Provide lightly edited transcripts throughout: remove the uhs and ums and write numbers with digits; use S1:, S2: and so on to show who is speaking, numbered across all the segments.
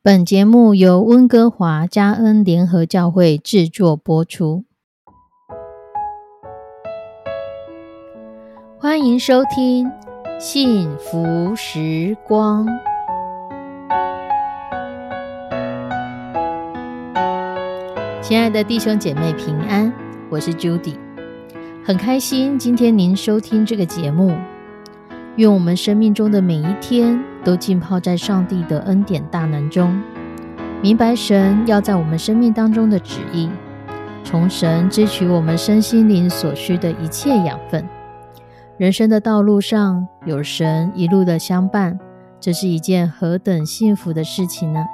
S1: 本节目由温哥华嘉恩联合教会制作播出。欢迎收听幸福时光。亲爱的弟兄姐妹平安，我是 Judy， 很开心今天您收听这个节目。愿我们生命中的每一天都浸泡在上帝的恩典大能中，明白神要在我们生命当中的旨意，从神支取我们身心灵所需的一切养分。人生的道路上有神一路的相伴，这是一件何等幸福的事情呢？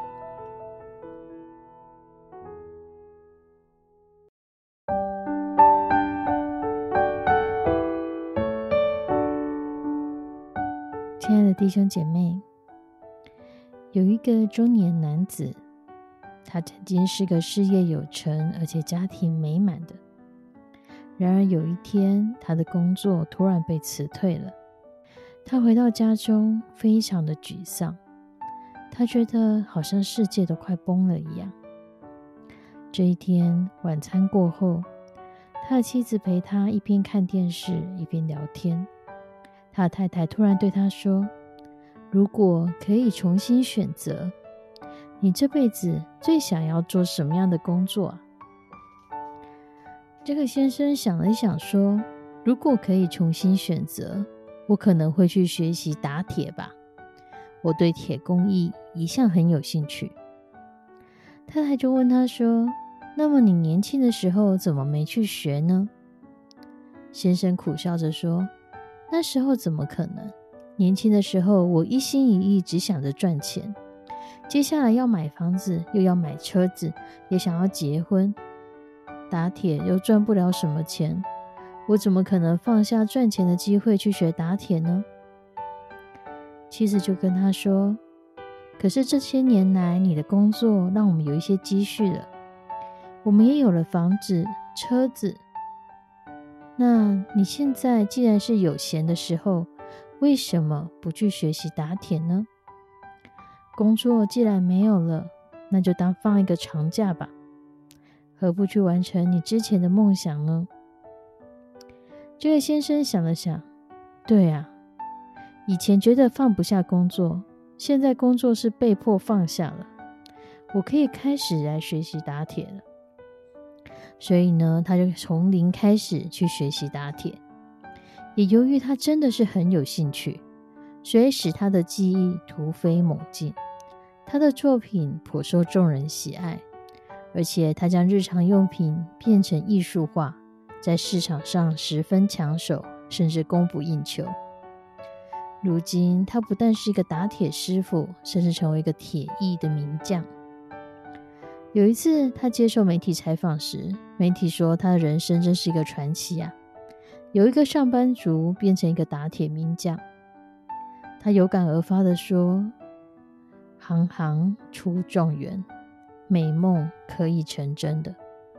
S1: 亲爱的弟兄姐妹，有一个中年男子，他曾经是个事业有成而且家庭美满的。然而有一天，他的工作突然被辞退了。他回到家中非常的沮丧，他觉得好像世界都快崩了一样。这一天晚餐过后，他的妻子陪他一边看电视一边聊天。他的太太突然对他说，如果可以重新选择，你这辈子最想要做什么样的工作啊？这个先生想了一想说，如果可以重新选择，我可能会去学习打铁吧，我对铁工艺一向很有兴趣。太太就问他说，那么你年轻的时候怎么没去学呢？先生苦笑着说，那时候怎么可能？年轻的时候我一心一意只想着赚钱，接下来要买房子，又要买车子，也想要结婚，打铁又赚不了什么钱，我怎么可能放下赚钱的机会去学打铁呢？妻子就跟他说，可是这些年来你的工作让我们有一些积蓄了，我们也有了房子车子，那你现在既然是有闲的时候，为什么不去学习打铁呢？工作既然没有了，那就当放一个长假吧，何不去完成你之前的梦想呢？这个先生想了想，对啊，以前觉得放不下工作，现在工作是被迫放下了，我可以开始来学习打铁了。所以呢，他就从零开始去学习打铁。也由于他真的是很有兴趣，所以使他的技艺突飞猛进，他的作品颇受众人喜爱，而且他将日常用品变成艺术化，在市场上十分抢手，甚至供不应求。如今他不但是一个打铁师傅，甚至成为一个铁艺的名将。有一次他接受媒体采访时，媒体说他的人生真是一个传奇啊，有一个上班族变成一个打铁名将。他有感而发地说，行行出状元，美梦可以成真的。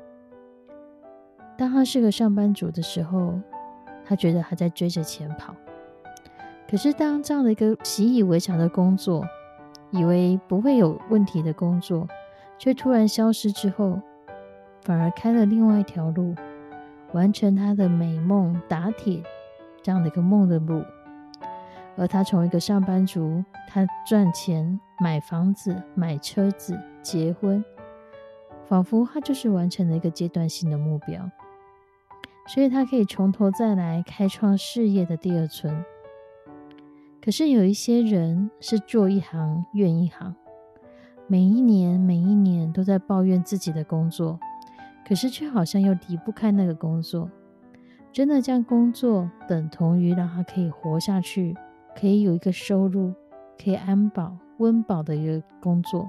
S1: 当他是个上班族的时候，他觉得他在追着钱跑，可是当这样的一个习以为常的工作，以为不会有问题的工作，却突然消失之后，反而开了另外一条路，完成他的美梦打铁这样的一个梦的路。而他从一个上班族，他赚钱买房子买车子结婚，仿佛他就是完成了一个阶段性的目标，所以他可以从头再来，开创事业的第二春。可是有一些人是做一行怨一行，每一年都在抱怨自己的工作，可是却好像又离不开那个工作，真的将工作等同于让他可以活下去，可以有一个收入，可以安饱温饱的一个工作。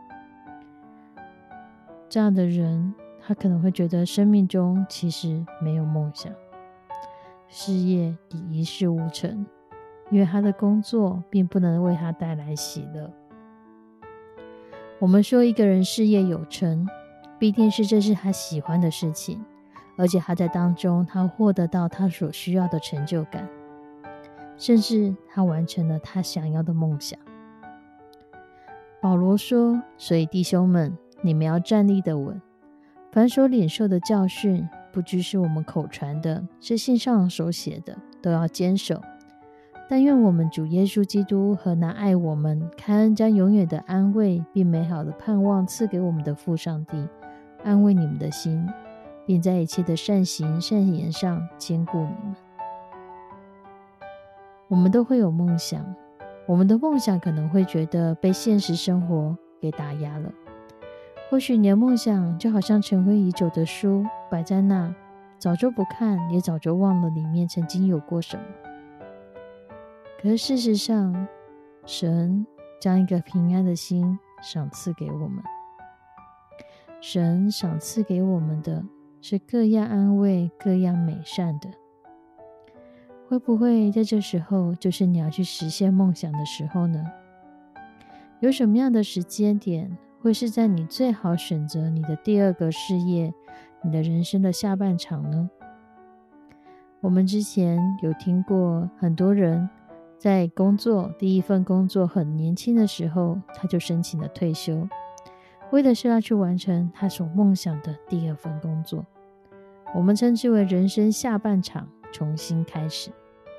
S1: 这样的人，他可能会觉得生命中其实没有梦想，事业已一事无成，因为他的工作并不能为他带来喜乐。我们说一个人事业有成，必定是这是他喜欢的事情，而且他在当中他获得到他所需要的成就感，甚至他完成了他想要的梦想。 保罗说，所以弟兄们，你们要站立得稳，凡所领受的教训，不拘是我们口传的，是信上所写的，都要坚守。但愿我们主耶稣基督和那爱我们、开恩将永远的安慰并美好的盼望赐给我们的父上帝，安慰你们的心，并在一切的善行善言上坚固你们。我们都会有梦想，我们的梦想可能会觉得被现实生活给打压了。或许你的梦想就好像尘灰已久的书，摆在那，早就不看，也早就忘了里面曾经有过什么。可是事实上，神将一个平安的心赏赐给我们。神赏赐给我们的是各样安慰、各样美善的。会不会在这时候就是你要去实现梦想的时候呢？有什么样的时间点会是在你最好选择你的第二个事业，你的人生的下半场呢？我们之前有听过很多人在工作第一份工作很年轻的时候，他就申请了退休，为的是要去完成他所梦想的第二份工作。我们称之为人生下半场重新开始。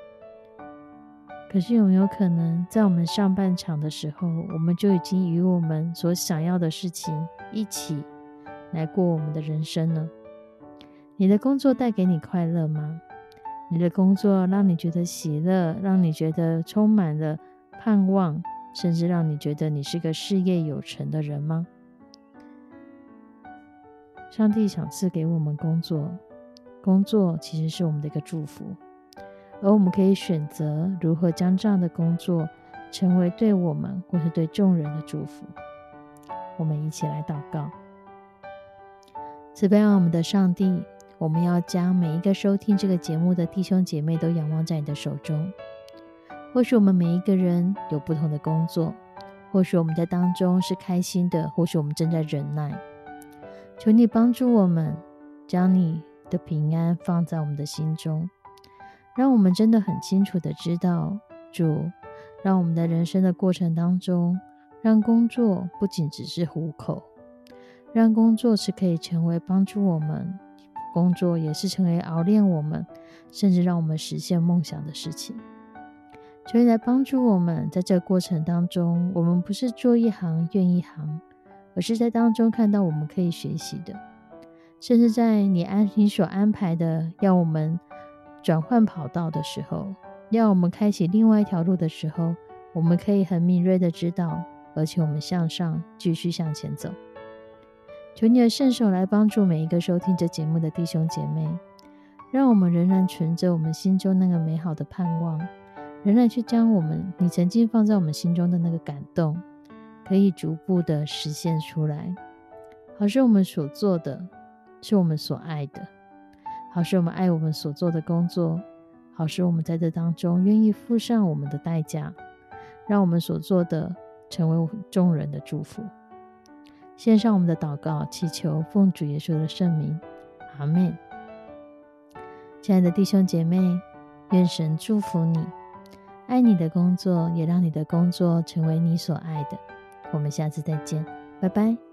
S1: 可是有没有可能在我们上半场的时候，我们就已经与我们所想要的事情一起来过我们的人生呢？你的工作带给你快乐吗？你的工作让你觉得喜乐，让你觉得充满了盼望，甚至让你觉得你是个事业有成的人吗？上帝赏赐给我们工作，工作其实是我们的一个祝福，而我们可以选择如何将这样的工作成为对我们或是对众人的祝福。我们一起来祷告。慈悲爱我们的上帝，我们要将每一个收听这个节目的弟兄姐妹都仰望在你的手中。或许我们每一个人有不同的工作，或许我们在当中是开心的，或许我们正在忍耐。求你帮助我们，将你的平安放在我们的心中，让我们真的很清楚的知道，主，让我们的人生的过程当中，让工作不仅只是糊口，让工作是可以成为帮助我们，工作也是成为熬炼我们，甚至让我们实现梦想的事情。求你来帮助我们，在这个过程当中，我们不是做一行怨一行，而是在当中看到我们可以学习的，甚至在你所安排的要我们转换跑道的时候，要我们开启另外一条路的时候，我们可以很敏锐的知道，而且我们向上继续向前走。求你的圣手来帮助每一个收听这节目的弟兄姐妹，让我们仍然存着我们心中那个美好的盼望，仍然去将你曾经放在我们心中的那个感动，可以逐步的实现出来，好使我们所做的是我们所爱的，好使我们爱我们所做的工作，好使我们在这当中愿意付上我们的代价，让我们所做的成为众人的祝福。献上我们的祷告，祈求奉主耶稣的圣名，阿们。亲爱的弟兄姐妹，愿神祝福你，爱你的工作，也让你的工作成为你所爱的。我们下次再见，拜拜。